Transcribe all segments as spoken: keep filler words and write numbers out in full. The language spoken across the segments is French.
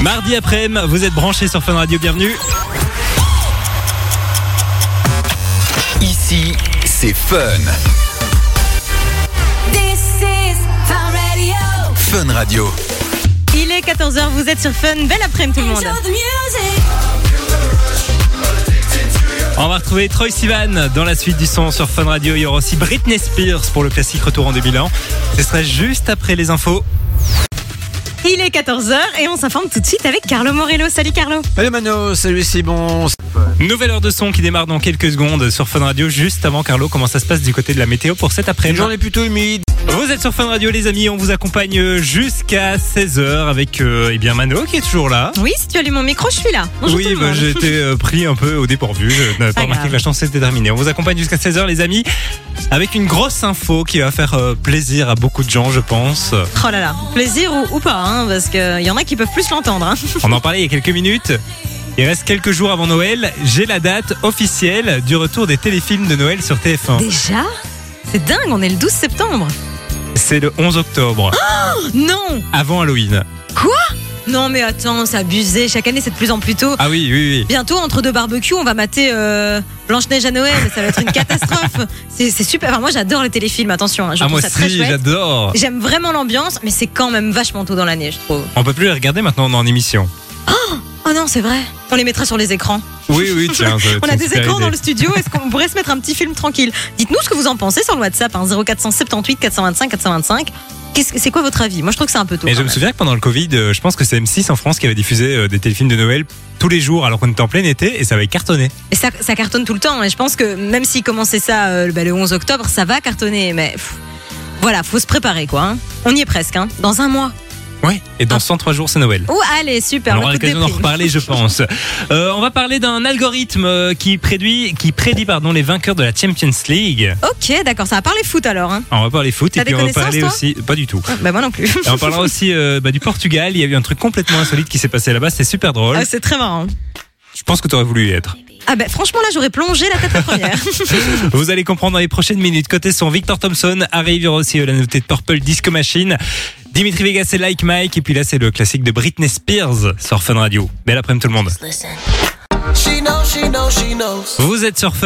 Mardi après-midi, vous êtes branchés sur Fun Radio, bienvenue. Ici, c'est Fun. This is Fun Radio. Fun Radio. Il est quatorze heures, vous êtes sur Fun. Belle après-midi tout le monde. Enjoy the music. On va retrouver Troye Sivan dans la suite du son sur Fun Radio. Il y aura aussi Britney Spears pour le classique Retour en deux mille un. Ce sera juste après les infos. Il est quatorze heures et on s'informe tout de suite avec Carlo Morello. Salut Carlo. Salut Mano, salut c'est bon. Nouvelle heure de son qui démarre dans quelques secondes sur Fun Radio. Juste avant, Carlo, comment ça se passe du côté de la météo pour cet Une après-midi? journée plutôt humide. Vous êtes sur Fun Radio, les amis. On vous accompagne jusqu'à seize heures avec euh, eh bien Mano qui est toujours là. Oui, si tu allumes mon micro, je suis là. Bonjour tout Oui, le bah, monde. j'ai été euh, pris un peu au dépourvu. Je n'avais pas Pas remarqué grave. que la chance était terminée. On vous accompagne jusqu'à seize heures, les amis, avec une grosse info qui va faire euh, plaisir à beaucoup de gens, je pense. Oh là là, plaisir ou, ou pas, hein, parce qu'il y en a qui peuvent plus l'entendre. Hein. On en parlait il y a quelques minutes. Il reste quelques jours avant Noël. J'ai la date officielle du retour des téléfilms de Noël sur T F un. Déjà? C'est dingue, on est le douze septembre. C'est le onze octobre, Non. avant Halloween. Non mais attends, c'est abusé. Chaque année, c'est de plus en plus tôt. Ah oui, oui, oui. Bientôt, entre deux barbecues, on va mater euh, Blanche-Neige à Noël. Ça va être une catastrophe. C'est, c'est super. Enfin, moi, j'adore les téléfilms. Attention, hein, je Ah, trouve moi ça très aussi, chouette. j'adore. J'aime vraiment l'ambiance, mais c'est quand même vachement tôt dans l'année, je trouve. On peut plus les regarder maintenant, on est en émission. Oh non, c'est vrai. On les mettra sur les écrans. Oui, oui, tiens. ça va être On a une des super écrans idée. dans le studio. Est-ce qu'on pourrait se mettre un petit film tranquille? Dites-nous ce que vous en pensez sur le WhatsApp, hein, zéro quatre cent soixante-dix-huit quatre cent vingt-cinq quatre cent vingt-cinq. Qu'est-ce que- c'est quoi votre avis? Moi, je trouve que c'est un peu tôt. Mais quand je me même. souviens que pendant le Covid, euh, je pense que c'est M six en France qui avait diffusé euh, des téléfilms de Noël tous les jours alors qu'on était en plein été et ça avait cartonné. Et ça, ça cartonne tout le temps. Et je pense que même s'ils commençaient ça euh, bah, le onze octobre, ça va cartonner. Mais pff, voilà, faut se préparer, quoi. Hein. On y est presque. Hein. Dans un mois. Oui, et dans cent trois jours, c'est Noël. Oh, allez, super. On le aura coup de l'occasion d'en déprime. reparler, je pense. Euh, on va parler d'un algorithme euh, qui prédit, qui prédit pardon, les vainqueurs de la Champions League. Ok, d'accord. Ça va parler foot alors. Hein. Alors, on va parler foot T'as et puis des on va connaissances, parler toi aussi. Pas du tout. Ah, bah, moi non plus. Et on parlera aussi euh, bah, du Portugal. Il y a eu un truc complètement insolite qui s'est passé là-bas. C'était super drôle. Ah, c'est très marrant. Je pense que tu aurais voulu y être. Ah ben franchement là j'aurais plongé la tête la première. Vous allez comprendre dans les prochaines minutes. Côté son, Victor Thompson arrive. Il y aura aussi euh, la nouveauté de Purple Disco Machine. Dimitri Vegas c'est Like Mike. Et puis là c'est le classique de Britney Spears sur Fun Radio. Belle après-midi tout le monde. She knows, she knows, she knows. Vous êtes sur Fun.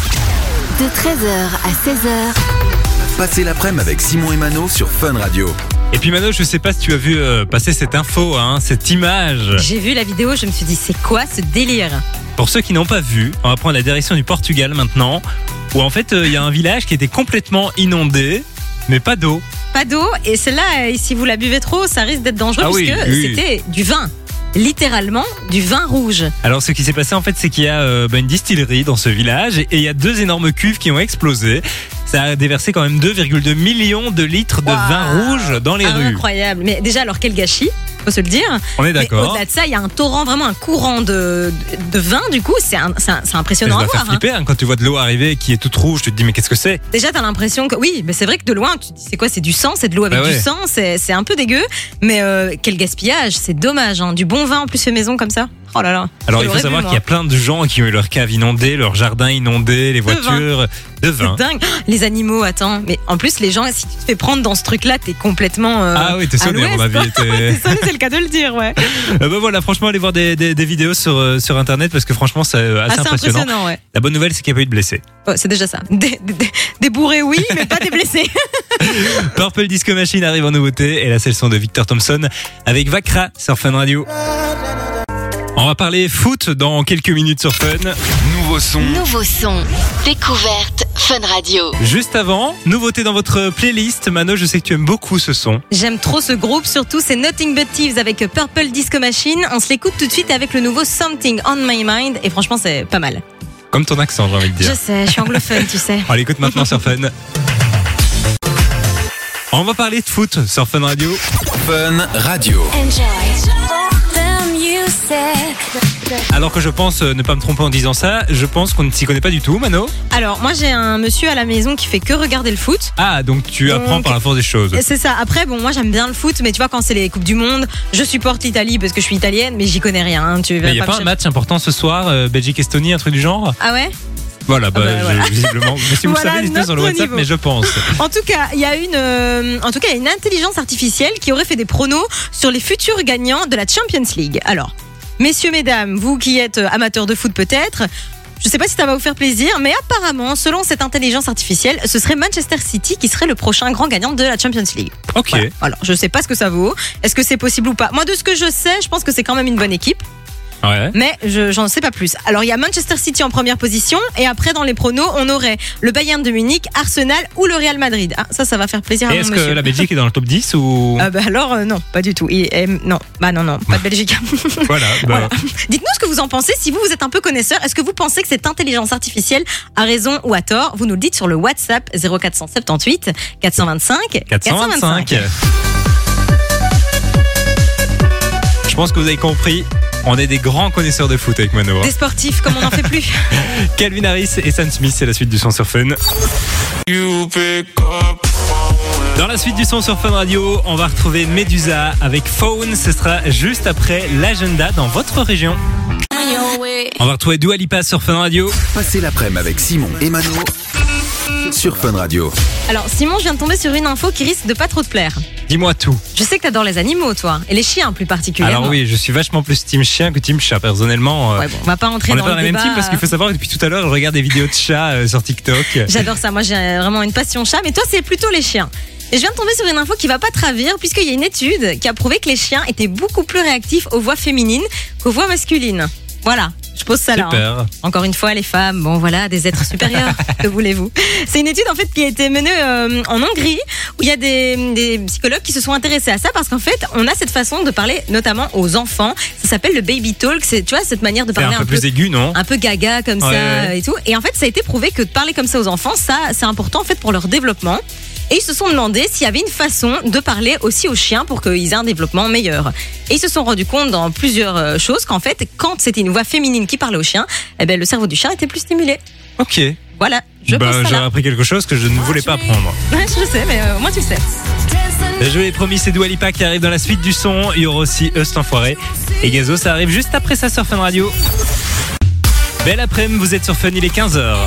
De treize heures à seize heures. Passez l'après-midi avec Simon et Mano sur Fun Radio. Et puis Mano, je sais pas si tu as vu euh, passer cette info, hein, cette image. J'ai vu la vidéo, je me suis dit c'est quoi ce délire? Pour ceux qui n'ont pas vu, on va prendre la direction du Portugal maintenant, où en fait il euh, y a un village qui était complètement inondé, mais pas d'eau. Pas d'eau et celle-là, euh, si vous la buvez trop, ça risque d'être dangereux Ah oui, puisque oui. c'était du vin. Littéralement du vin rouge. Alors ce qui s'est passé en fait, c'est qu'il y a euh, bah, une distillerie dans ce village et il y a deux énormes cuves qui ont explosé. Ça a déversé quand même deux virgule deux millions de litres de Waouh. vin rouge dans les rues. Incroyable. Mais déjà alors quel gâchis, faut se le dire. On est Mais d'accord. au-delà de ça, il y a un torrent, vraiment un courant de, de vin. Du coup, c'est, un- c'est, un- c'est Ça impressionnant doit à faire voir. hein. flipper hein, quand tu vois de l'eau arriver qui est toute rouge, tu te dis mais qu'est-ce que c'est? Déjà, t'as l'impression que oui, mais c'est vrai que de loin, tu te dis c'est quoi? C'est du sang, c'est de l'eau avec Bah du ouais. sang, c'est, c'est un peu dégueu. Mais euh, quel gaspillage, c'est dommage. Hein. Du bon vin en plus fait maison comme ça. Oh là là. Alors Je il faut l'aurais savoir bu, qu'il y a moi. plein de gens qui ont eu leur cave inondée, leur jardin inondé, les vin. voitures de vin. C'est dingue. Les animaux, attends. Mais en plus, les gens, si tu te fais prendre dans ce truc-là, t'es complètement. euh, Ah oui, t'es à sonné à mon l'ouest, avis. quoi. t'es- T'es sonné, c'est le cas de le dire, ouais. Euh, bah voilà, franchement, allez voir des, des, des vidéos sur, euh, sur internet parce que franchement, c'est euh, assez Assez impressionnant. impressionnant, ouais. La bonne nouvelle, c'est qu'il n'y a pas eu de blessés. Ouais, c'est déjà ça. Des, des- des- des bourrés, oui, mais pas des blessés. Purple Disco Machine arrive en nouveauté et là, c'est le son de Victor Thompson avec Vakra sur Fun Radio. On va parler foot dans quelques minutes sur Fun. Nouveau son. Nouveau son. Découverte Fun Radio. Juste avant, nouveauté dans votre playlist. Mano, je sais que tu aimes beaucoup ce son. J'aime trop ce groupe, surtout c'est Nothing But Thieves avec Purple Disco Machine. On se l'écoute tout de suite avec le nouveau Something on My Mind et franchement c'est pas mal. Comme ton accent, j'ai envie de dire. Je sais, je suis anglophone, tu sais. On l'écoute maintenant sur Fun. On va parler de foot sur Fun Radio. Fun Radio. Enjoy the music. Alors que je pense euh, ne pas me tromper en disant ça, je pense qu'on ne s'y connaît pas du tout, Mano. Alors moi j'ai un monsieur à la maison qui fait que regarder le foot. Ah, donc tu Donc- apprends par la force des choses. Et c'est ça. Après, bon, moi j'aime bien le foot, mais tu vois, quand c'est les Coupes du Monde, je supporte l'Italie parce que je suis italienne, mais j'y connais rien. hein. Tu vas Mais il n'y a me pas un cher- match important ce soir, euh, Belgique-Estonie, un truc du genre? Ah ouais? Voilà, bah, Ah bah, voilà. je- visiblement. Mais si vous Voilà le savez, dites-le sur le notre WhatsApp, niveau. mais je pense. En tout cas, il y a une, euh, en tout cas, il y a une intelligence artificielle qui aurait fait des pronos sur les futurs gagnants de la Champions League. Alors, messieurs, mesdames, vous qui êtes euh, amateurs de foot peut-être, je sais pas si ça va vous faire plaisir, mais apparemment, selon cette intelligence artificielle, ce serait Manchester City qui serait le prochain grand gagnant de la Champions League. Ok. Voilà. Alors, je sais pas ce que ça vaut. Est-ce que c'est possible ou pas? Moi, de ce que je sais, je pense que c'est quand même une bonne équipe. Ouais. Mais je j'en sais pas plus. Alors il y a Manchester City en première position et après dans les pronos on aurait le Bayern de Munich, Arsenal ou le Real Madrid. Ah ça ça va faire plaisir à Et mon est-ce que monsieur. la Belgique est dans le top dix ou. Ah bah alors euh, non pas du tout. Il- euh, non bah non non pas de Belgique. Voilà. Bah, Voilà. Dites-nous ce que vous en pensez. Si vous vous êtes un peu connaisseur, est-ce que vous pensez que cette intelligence artificielle a raison ou a tort? Vous nous le dites sur le WhatsApp zéro quatre cent soixante-dix-huit quatre cent vingt-cinq quatre cent vingt-cinq. Je pense que vous avez compris. On est des grands connaisseurs de foot avec Mano. hein. Des sportifs comme on n'en fait plus. Calvin Harris et Sam Smith, c'est la suite du son sur Fun. Dans la suite du son sur Fun Radio, on va retrouver Medusa avec Phone. Ce sera juste après l'agenda dans votre région. On va retrouver Dua Lipa sur Fun Radio. Passez l'après-midi avec Simon et Mano sur Fun Radio. Alors Simon, je viens de tomber sur une info qui risque de pas trop te plaire. Dis-moi tout. Je sais que t'adores les animaux, toi, et les chiens plus particulièrement. Alors oui, je suis vachement plus team chien que team chat personnellement. euh, Ouais, bon, on va pas entrer on n'est dans pas dans le la même débat. team parce qu'il faut savoir que depuis tout à l'heure, je regarde des vidéos de chats euh, sur TikTok. J'adore ça. Moi, j'ai vraiment une passion chat, mais toi, c'est plutôt les chiens. Et je viens de tomber sur une info qui va pas te ravir, puisqu'il y a une étude qui a prouvé que les chiens étaient beaucoup plus réactifs aux voix féminines qu'aux voix masculines. Voilà. Je pose ça là. hein. Super. Encore une fois, les femmes, bon voilà, des êtres supérieurs, que voulez-vous? C'est une étude en fait qui a été menée euh, en Hongrie, où il y a des, des psychologues qui se sont intéressés à ça parce qu'en fait, on a cette façon de parler notamment aux enfants. Ça s'appelle le baby talk. C'est, tu vois, cette manière de C'est parler un peu plus aigu, non? un peu gaga comme Ouais, ça ouais. et tout. Et en fait, ça a été prouvé que de parler comme ça aux enfants, ça, c'est important en fait pour leur développement. Et ils se sont demandé s'il y avait une façon de parler aussi aux chiens pour qu'ils aient un développement meilleur. Et ils se sont rendus compte dans plusieurs euh, choses qu'en fait, quand c'était une voix féminine qui parlait aux chiens, eh ben, le cerveau du chien était plus stimulé. Ok. Voilà, je bah, pense ça j'ai là. appris quelque chose que je ne voulais pas apprendre. Ouais, je sais, mais euh, moi tu le sais. Je l'ai promis, c'est Dua Lipa qui arrive dans la suite du son. Il y aura aussi Eust Enfoiré. Et Gazo, ça arrive juste après ça sur Fun Radio. Belle après-midi, vous êtes sur Fun, il est quinze heures.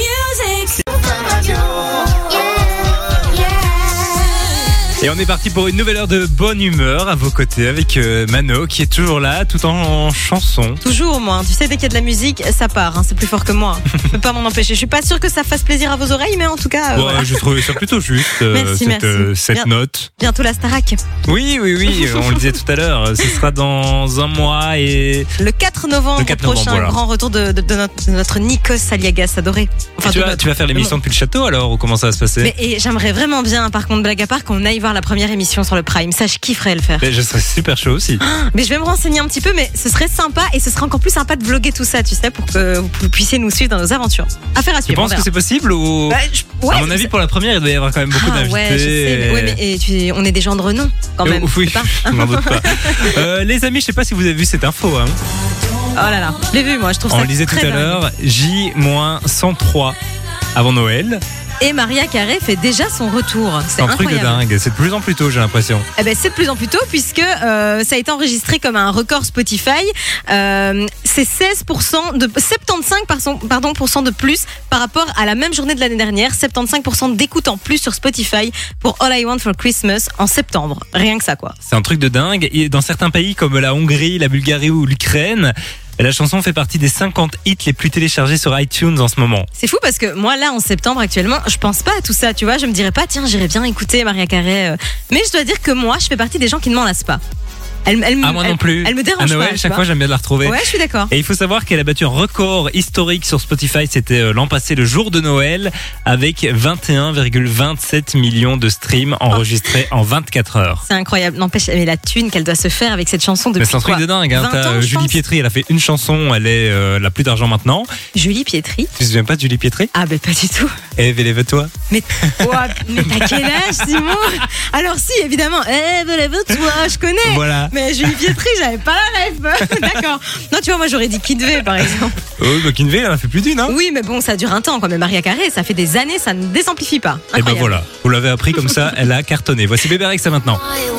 Et on est parti pour une nouvelle heure de bonne humeur à vos côtés avec euh, Mano qui est toujours là tout en, en chanson. Toujours moi, tu sais, dès qu'il y a de la musique, ça part, hein, c'est plus fort que moi. Je peux pas m'en empêcher. Je suis pas sûre que ça fasse plaisir à vos oreilles, mais en tout cas, euh, Ouais, voilà. j'ai trouvé ça plutôt juste, euh, Merci, cette, merci. euh, cette Bien. note. Bientôt la Starac. Oui, oui, oui, on le disait tout à l'heure, ce sera dans un mois et... Le quatre novembre Le quatre prochain, novembre, voilà. grand retour de, de- de notre, de notre Nikos Aliagas adoré. Enfin, tu, de vas, notre- tu vas faire l'émission depuis le château alors ou comment ça va se passer? Mais et j'aimerais vraiment bien, par contre, blague à part, qu'on aille voir la première émission sur le Prime. Ça, je kifferais le faire. Mais je serais super chaud aussi. Mais je vais me renseigner un petit peu, mais ce serait sympa et ce serait encore plus sympa de vlogger tout ça, tu sais, pour que vous puissiez nous suivre dans nos aventures. Affaire à Tu suivre. on penses que verra. c'est possible ou... Bah, je- ouais, à mon avis, c'est- pour la première, il doit y avoir quand même beaucoup Ah, d'invités. ouais, je sais. Mais, ouais, mais et tu- on est des gens de renom, quand même. Euh, oui, c'est pas je m'en doute pas. Euh, les amis, je sais pas si vous avez vu cette info. Hein. Oh là là, je l'ai vu, moi, je trouve On ça le disait tout très à dingue. l'heure, J cent trois avant Noël. Et Maria Carey fait déjà son retour. C'est C'est un truc de incroyable. dingue. C'est de plus en plus tôt, j'ai l'impression. Eh ben, c'est de plus en plus tôt puisque euh, ça a été enregistré comme un record Spotify. Euh, c'est seize pour cent de soixante-quinze pour cent, pardon, pour cent de plus par rapport à la même journée de l'année dernière. soixante-quinze pour cent d'écoute en plus sur Spotify pour All I Want for Christmas en septembre. Rien que ça, quoi. C'est un truc de dingue. Et dans certains pays comme la Hongrie, la Bulgarie ou l'Ukraine, la chanson fait partie des cinquante hits les plus téléchargés sur iTunes en ce moment. C'est fou parce que moi là en septembre actuellement, je pense pas à tout ça, tu vois, je me dirais pas tiens, j'irais bien écouter Maria Carey, euh. mais je dois dire que moi, je fais partie des gens qui ne m'en lassent pas. Elle, elle, Ah, moi elle- non plus. Elle me dérange à Noël, pas. tu chaque vois. fois, j'aime bien de la retrouver. Ouais, je suis d'accord. Et il faut savoir qu'elle a battu un record historique sur Spotify. C'était euh, l'an passé, le jour de Noël, avec vingt et un virgule vingt-sept millions de streams enregistrés en vingt-quatre heures. C'est incroyable. N'empêche, mais la thune qu'elle doit se faire avec cette chanson depuis Mais c'est un truc quoi de dingue. Hein. vingt T'as ans, euh, je Julie pense. Pietri, elle a fait une chanson, elle est euh, la plus d'argent maintenant. Julie Pietri. Tu te souviens pas de Julie Pietri? Ah ben pas du tout. Eh, lève-toi. Mais, oh, mais t'as quel âge, Simon? Alors si, évidemment. Eh, lève-toi, je connais. Voilà. Mais Julie Pietri, j'avais pas la rêve. D'accord. Non, tu vois, moi j'aurais dit Kidvé, par exemple. Oh, bah, Kinvey, elle en a fait plus d'une, hein. Oui, mais bon, ça dure un temps quand même. Maria Carey, ça fait des années, ça ne désamplifie pas. Et ben Incroyable. voilà, vous l'avez appris comme ça, elle a cartonné. Voici Bébé Rex maintenant.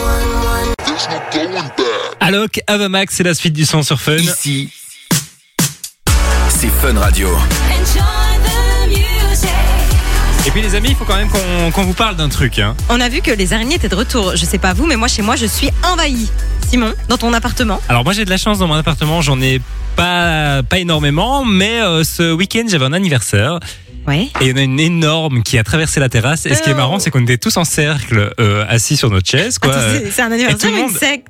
Alok, Avamax, c'est la suite du son sur Fun. Ici, c'est Fun Radio. Enjoy the Et puis les amis, il faut quand même qu'on qu'on vous parle d'un truc. Hein. On a vu que les araignées étaient de retour. Je sais pas vous, mais moi chez moi je suis envahie. Simon, dans ton appartement? Alors moi j'ai de la chance dans mon appartement, j'en ai pas, pas énormément, mais euh, ce week-end j'avais un anniversaire. Ouais. Et il y en a une énorme qui a traversé la terrasse. Et ce qui est marrant, c'est qu'on était tous en cercle, euh, assis sur notre chaise. Quoi. Attends, c'est, c'est un anniversaire ou une monde... secte?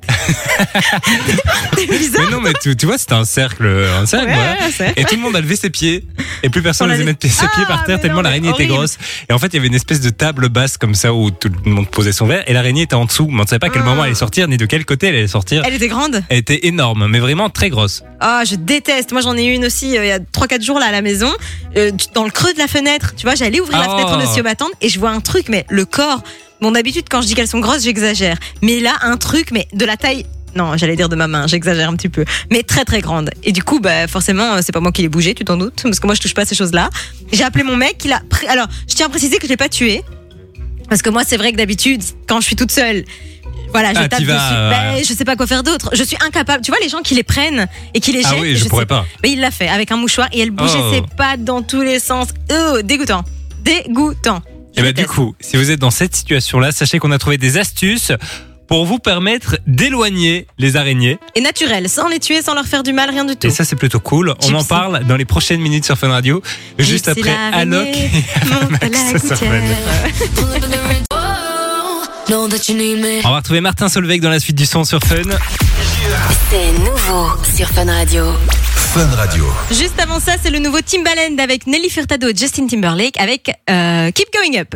C'est bizarre. Mais non, mais tu, tu vois, c'était un cercle. Un cercle Ouais, voilà. ouais, c'est... Et tout le monde a levé ses pieds. Et plus personne On a n'osait des- mettre ses Ah, pieds par terre mais tellement non, l'araignée mais était horrible. grosse. Et en fait, il y avait une espèce de table basse comme ça où tout le monde posait son verre. Et l'araignée était en dessous. Mais on ne savait pas à quel Ah. moment elle allait sortir, ni de quel côté elle allait sortir. Elle était grande? Elle était énorme, mais vraiment très grosse. Ah, je déteste. Moi, j'en ai eu une aussi euh, il y a trois quatre jours là à la maison, euh, dans le creux de la fenêtre. Tu vois, j'allais ouvrir la Oh. fenêtre de Monsieur m'attendre et je vois un truc, mais le corps. Bon, d'habitude, quand je dis qu'elles sont grosses, j'exagère. Mais là, un truc, mais de la taille. Non, j'allais dire de ma main, j'exagère un petit peu. Mais très très grande. Et du coup, bah, forcément, euh, c'est pas moi qui l'ai bougé, tu t'en doutes. Parce que moi, je touche pas à ces choses-là. J'ai appelé mon mec, il a pris. Alors, je tiens à préciser que je l'ai pas tué. Parce que moi, c'est vrai que d'habitude, quand je suis toute seule. Voilà, je Ah, tape t'y dessus. vas, euh, Ben, je sais pas quoi faire d'autre. Je suis incapable. Tu vois, les gens qui les prennent et qui les jettent. Ah oui, je, pourrais sais- pas. Mais il l'a fait avec un mouchoir et elle bougeait Oh. ses pattes dans tous les sens. Oh, dégoûtant. Dégoûtant. Je Et bah, du déteste. coup, si vous êtes dans cette situation-là, sachez qu'on a trouvé des astuces pour vous permettre d'éloigner les araignées. Et naturel, sans les tuer, sans leur faire du mal, rien du tout. Et ça, c'est plutôt cool. On en Gypsy. parle dans les prochaines minutes sur Fun Radio. Juste Gypsy après l'araignée Alok et monte à la Max sur Fun. gouttière. Know that you need me. On va retrouver Martin Solveig dans la suite du son sur Fun. C'est nouveau sur Fun Radio. Fun Radio. Juste avant ça, c'est le nouveau Timbaland avec Nelly Furtado et Justin Timberlake avec euh, Keep Going Up.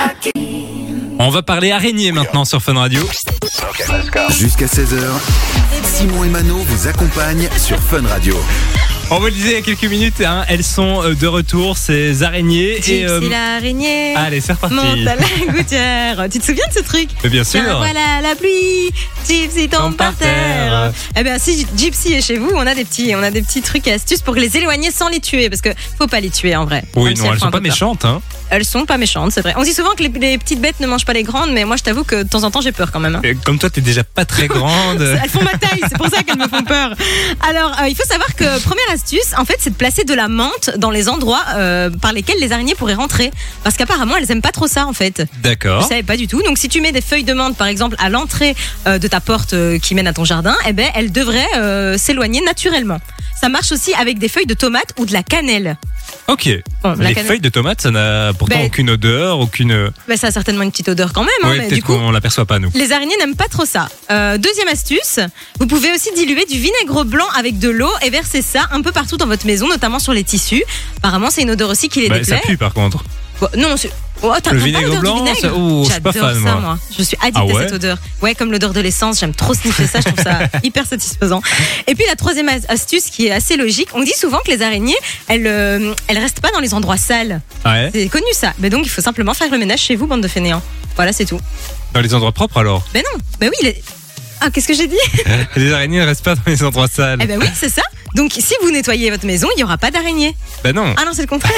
On va parler araignée maintenant sur Fun Radio. Jusqu'à seize heures, Simon et Mano vous accompagnent sur Fun Radio. On vous le disait il y a quelques minutes, hein, elles sont euh, de retour, ces araignées. Gypsy et, euh, l'araignée allez, c'est reparti. monte à la gouttière. Tu te souviens de ce truc? Mais bien sûr. Tiens, voilà la pluie, Gypsy tombe Tombe par par terre. terre. Eh bien, si Gypsy est chez vous, on a des petits, on a des petits trucs et astuces pour les éloigner sans les tuer, parce que faut pas les tuer en vrai. Oui, Même si non, elles font sont un pas peu peur. méchantes. Hein. Elles sont pas méchantes, c'est vrai. On dit souvent que les, les petites bêtes ne mangent pas les grandes, mais moi je t'avoue que de temps en temps j'ai peur quand même. hein. Et comme toi, t'es déjà pas très grande. Elles font ma taille, c'est pour ça qu'elles me font peur. Alors, euh, il faut savoir que première astuce, en fait, c'est de placer de la menthe dans les endroits euh, par lesquels les araignées pourraient rentrer, parce qu'apparemment elles aiment pas trop ça en fait. Je D'accord. savais pas du tout. Donc si tu mets des feuilles de menthe par exemple à l'entrée euh, de ta porte euh, qui mène à ton jardin, eh ben elles devraient euh, s'éloigner naturellement. Ça marche aussi avec des feuilles de tomate ou de la cannelle. Ok. Bon, la Les cannelle- feuilles de tomates, ça n'a pourtant Ben- aucune odeur, aucune. Ben, ça a certainement une petite odeur quand même. hein, Ouais, mais peut-être du coup, qu'on l'aperçoit pas nous. les araignées n'aiment pas trop ça. Euh, deuxième astuce, vous pouvez aussi diluer du vinaigre blanc avec de l'eau et verser ça un peu partout dans votre maison, notamment sur les tissus. Apparemment, c'est une odeur aussi qui les Bah, ça déplaît. pue par contre. Bon, non, c'est... Oh, t'as Le t'as vinaigre pas l'odeur blanc, du vinaigre ça- ouh, je suis pas J'adore fan, ça, moi. moi. Je suis addict Ah à ouais cette odeur. Ouais, comme l'odeur de l'essence, j'aime trop sniffer ça, je trouve ça hyper satisfaisant. Et puis la troisième as- astuce qui est assez logique, on dit souvent que les araignées, elles, euh, elles restent pas dans les endroits sales. Ouais. C'est connu ça. Mais donc il faut simplement faire le ménage chez vous, bande de fainéants. Voilà, c'est tout. Dans les endroits propres alors. Ben non, ben oui, les... Ah, qu'est-ce que j'ai dit? Les araignées ne restent pas dans les endroits sales. Eh ben oui, c'est ça. Donc si vous nettoyez votre maison, il y aura pas d'araignées. Ben non. Ah non, c'est le contraire.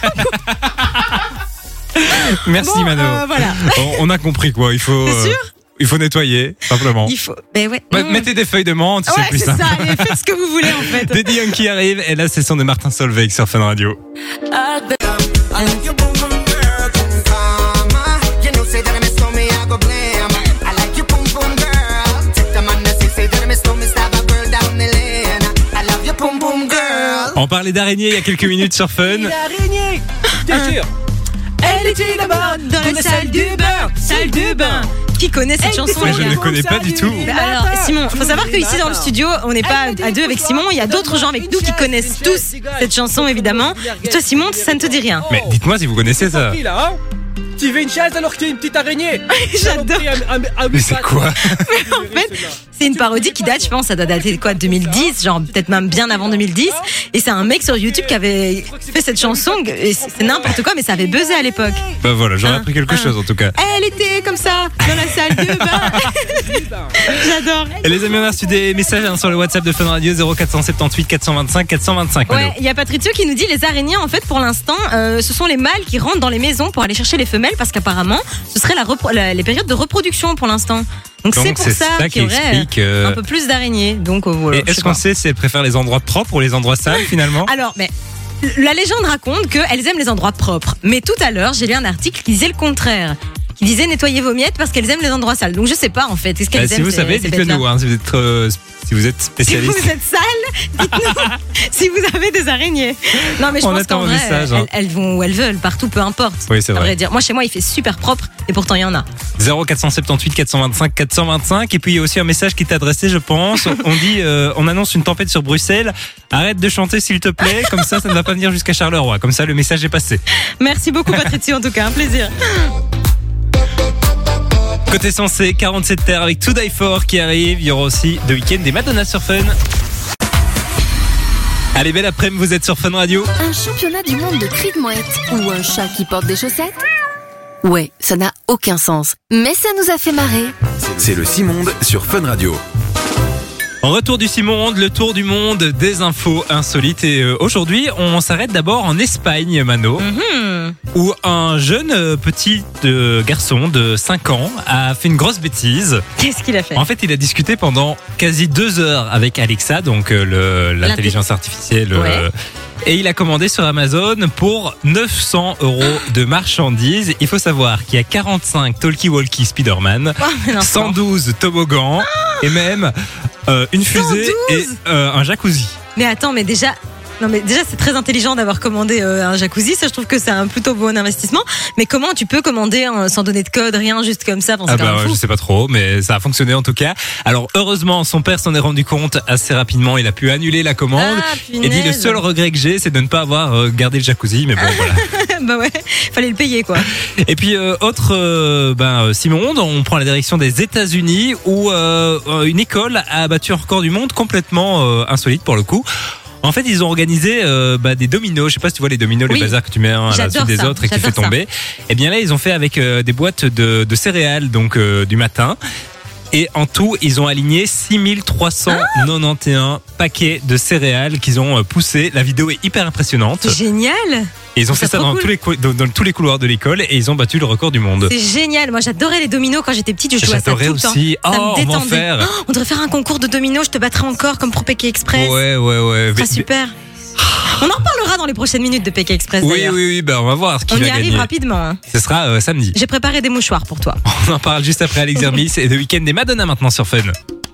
Merci Bon, Mano. euh, voilà. On, on a compris quoi. Il faut. T'es euh, sûr? Il faut nettoyer simplement. Il faut. Ben ouais. Ouais, Mmh. Mettez des feuilles de menthe, Ouais, c'est plus c'est simple. ça. Allez, faites ce que vous voulez en fait. Daddy Yankee arrive et là c'est son de Martin Solveig sur Fun Radio. I like your boom boom girl, boom mama. You know say that I miss me, I go blame. I like your boom boom girl. Take the man that say say that I miss me, stab a girl down the lane. I love your boom boom girl. On parlait d'araignée il y a quelques minutes sur Fun. L'araignée, je te jure. Elle était là-bas dans la salle du bain, salle de bain. Qui connaît cette chanson? Moi, je les ne gars connais pas du tout. Bah alors, Simon, faut savoir qu'ici dans le studio, on n'est pas à deux avec Simon. Il y a d'autres gens avec nous qui connaissent tous cette chanson, évidemment. Et toi, Simon, ça ne te dit rien. Mais dites-moi si vous connaissez ça. Compris, là, hein. Tu veux une chaise alors qu'il y a une petite araignée? J'adore. Mais c'est quoi? En fait, c'est une parodie qui date, je pense, ça doit dater de quoi, de deux mille dix, genre peut-être même bien avant deux mille dix. Et c'est un mec sur YouTube qui avait fait cette chanson. Et c'est c'est n'importe quoi, mais ça avait buzzé à l'époque. Bah voilà, j'en ai Un, appris quelque un. chose en tout cas. Elle était comme ça dans la salle de bain. J'adore. Et les amis, on a reçu des messages hein, sur le WhatsApp de Fun Radio zéro quatre cent soixante-dix-huit quatre cent vingt-cinq quatre cent vingt-cinq. Mano. Ouais, il y a Patricio qui nous dit les araignées en fait pour l'instant euh, ce sont les mâles qui rentrent dans les maisons pour aller chercher les femelles parce qu'apparemment ce serait la repro- la- les périodes de reproduction pour l'instant. Donc c'est Donc pour c'est ça, ça qu'il y qui aurait explique. euh, un peu plus d'araignées. Donc euh, voilà. Et je est-ce sais qu'on pas. sait si elle préfère les endroits propres ou les endroits sales finalement? Alors mais la légende raconte qu'elles aiment les endroits propres. Mais tout à l'heure, j'ai lu un article qui disait le contraire. Qui disait nettoyer vos miettes parce qu'elles aiment les endroits sales. Donc je sais pas en fait. Est-ce qu'elles Bah, aiment si vous ces- savez, ces dites-le bêtes-là nous. Hein, si vous êtes, euh, si vous êtes Si spécialiste. vous êtes sale, dites-nous si vous avez des araignées. Non mais je On pense attend qu'en vos vrai, messages, hein. elles, elles vont où elles veulent, partout, peu importe. Oui, c'est À vrai. vrai dire. Moi chez moi il fait super propre et pourtant il y en a. zéro quatre cent soixante-dix-huit quatre cent vingt-cinq quatre cent vingt-cinq. Et puis il y a aussi un message qui t'est adressé, je pense. On dit, euh, on annonce une tempête sur Bruxelles. Arrête de chanter s'il te plaît. Comme ça, ça ne va pas venir jusqu'à Charleroi. Comme ça, le message est passé. Merci beaucoup Patricia en tout cas, un plaisir. Côté censé, quarante-sept terres avec To Die For qui arrive. Il y aura aussi The Weeknd et Madonna sur Fun. Allez, belle après-midi, vous êtes sur Fun Radio. Un championnat du monde de cris de mouette ou un chat qui porte des chaussettes? Ouais, ça n'a aucun sens. Mais ça nous a fait marrer. C'est le Simonde sur Fun Radio. En retour du Simonde, le tour du monde des infos insolites. Et euh, aujourd'hui, on s'arrête d'abord en Espagne, Mano, Hmm. où un jeune euh, petit euh, garçon de cinq ans a fait une grosse bêtise. Qu'est-ce qu'il a fait? En fait, il a discuté pendant quasi deux heures avec Alexa, donc euh, le- l'intelligence artificielle. euh, Ouais. Et il a commandé sur Amazon pour neuf cents euros de marchandises. Il faut savoir qu'il y a quarante-cinq talkie-walkie Spider-Man, Oh, mais non. cent douze toboggans et même euh, une fusée cent douze et euh, un jacuzzi. Mais attends, mais déjà. Non mais déjà c'est très intelligent d'avoir commandé euh, un jacuzzi, ça je trouve que c'est un plutôt bon investissement. Mais comment tu peux commander euh, sans donner de code, rien, juste comme ça, enfin, c'est Ah quand bah même ouais, fou. je sais pas trop, mais ça a fonctionné en tout cas. Alors heureusement, son père s'en est rendu compte assez rapidement. Il a pu annuler la commande. Ah, Et dit, le punaise. seul regret que j'ai, c'est de ne pas avoir euh, gardé le jacuzzi, mais bon, voilà. Bah ouais, fallait le payer quoi. Et puis, euh, autre, euh, ben, euh, Simon, on prend la direction des États-Unis où euh, euh, une école a battu un record du monde complètement euh, insolite pour le coup. En fait, ils ont organisé euh, bah, des dominos. Je sais pas si tu vois les dominos, Oui. les bazars que tu mets un à la J'adore suite des ça, autres et qui j'adore fait tomber. Et bien là, ils ont fait avec euh, des boîtes de, de céréales, donc euh, du matin. Et en tout, ils ont aligné six mille trois cent quatre-vingt-onze paquets de céréales qu'ils ont euh, poussés. La vidéo est hyper impressionnante. C'est génial. Et ils ont C'est fait ça trop dans cool. tous, les, cou- dans, dans tous les couloirs de l'école et ils ont battu le record du monde. C'est génial. Moi j'adorais les dominos quand j'étais petite, je jouais à ça J'adorais tout le temps. aussi. Ça me Oh, on va en détendait. faire. Oh, on devrait faire un concours de dominos, je te battrai encore comme pour Pékin Express. Ouais, ouais, ouais. Ah Mais- super. On en reparlera dans les prochaines minutes de Pékin Express Oui, d'ailleurs. oui, oui, ben on va voir ce qui On va y arrive gagner. rapidement. hein. Ce sera euh, samedi. J'ai préparé des mouchoirs pour toi. On en parle juste après Alex Zermis et The Weeknd et Madonna maintenant sur Fun.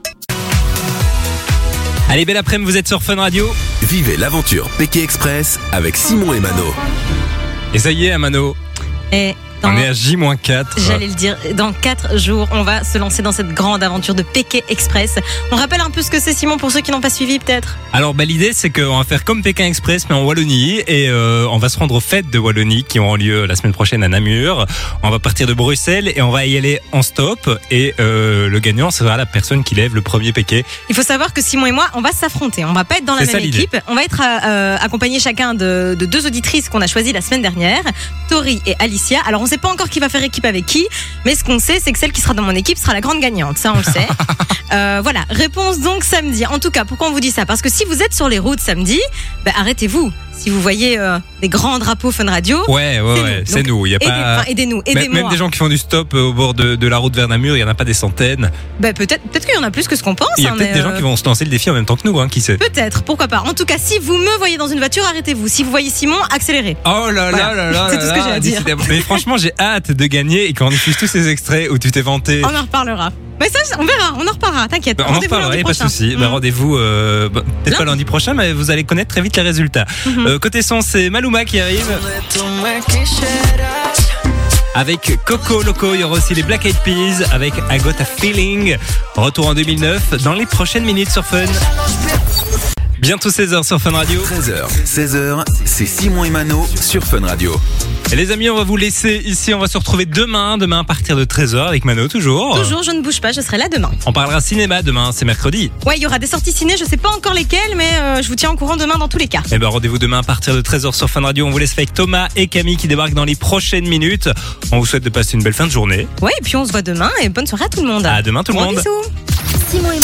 Allez, belle après-midi, vous êtes sur Fun Radio. Vivez l'aventure Pékin Express avec Simon et Mano. Et ça y est, Amano, Et dans, on est à J moins quatre. j'allais le dire, dans quatre jours, on va se lancer dans cette grande aventure de Pékin Express. On rappelle un peu ce que c'est, Simon, pour ceux qui n'ont pas suivi peut-être. Alors, bah, l'idée, c'est qu'on va faire comme Pékin Express, mais en Wallonie. Et euh, on va se rendre aux fêtes de Wallonie qui auront lieu la semaine prochaine à Namur. On va partir de Bruxelles et on va y aller en stop. Et euh, le gagnant sera la personne qui lève le premier Pékin. Il faut savoir que Simon et moi, on va s'affronter. On va pas être dans la C'est ça, même l'idée. équipe. On va être euh, accompagnés chacun de, de deux auditrices qu'on a choisies la semaine dernière, Tori et Alicia. Alors, on sait pas encore qui va faire équipe avec qui, mais ce qu'on sait, c'est que celle qui sera dans mon équipe sera la grande gagnante. Ça, on le sait. euh, voilà. Réponse donc samedi. En tout cas, pourquoi on vous dit ça? Parce que si vous êtes sur les routes samedi, bah, arrêtez-vous. Si vous voyez euh, des grands drapeaux Fun Radio, Ouais, ouais, ouais, c'est Donc, nous. Il y a aidez- pas. enfin, aidez-nous, Même, aidez-moi. même des gens qui font du stop euh, au bord de, de la route vers Namur, il y en a pas des centaines. Bah, peut-être, peut-être qu'il y en a plus que ce qu'on pense. Il y a hein, peut-être mais, des gens euh, qui vont se lancer le défi en même temps que nous, hein, qui sait. Peut-être, pourquoi pas. En tout cas, si vous me voyez dans une voiture, arrêtez-vous. Si vous voyez Simon, accélérez. Oh là Voilà. là là là C'est là tout ce que là, j'ai à dire. décidément. Mais franchement, j'ai hâte de gagner et qu'on diffuse tous ces extraits où tu t'es vanté. On en reparlera. Mais ça, on verra, on en reparlera, t'inquiète. Bah, on en Rendez-vous reparlera, lundi y a pas de prochain. souci. Bah, Mm. rendez-vous, euh, bah, peut-être Non. pas lundi prochain, mais vous allez connaître très vite les résultats. Mhm. Euh, côté son, c'est Maluma qui arrive. Avec Coco Loco, il y aura aussi les Black Eyed Peas avec I Got a Feeling. Retour en deux mille neuf dans les prochaines minutes sur Fun. Bientôt seize heures sur Fun Radio. treize heures, seize heures, c'est Simon et Mano sur Fun Radio. Et les amis, on va vous laisser ici. On va se retrouver demain, demain à partir de treize heures avec Mano toujours. Toujours, je ne bouge pas, je serai là demain. On parlera cinéma demain, c'est mercredi. Ouais, il y aura des sorties ciné, je sais pas encore lesquelles, mais euh, je vous tiens au courant demain dans tous les cas. Eh ben rendez-vous demain à partir de treize heures sur Fun Radio. On vous laisse avec Thomas et Camille qui débarquent dans les prochaines minutes. On vous souhaite de passer une belle fin de journée. Ouais, et puis on se voit demain et bonne soirée à tout le monde. À demain tout le Gros monde. bisous. Simon et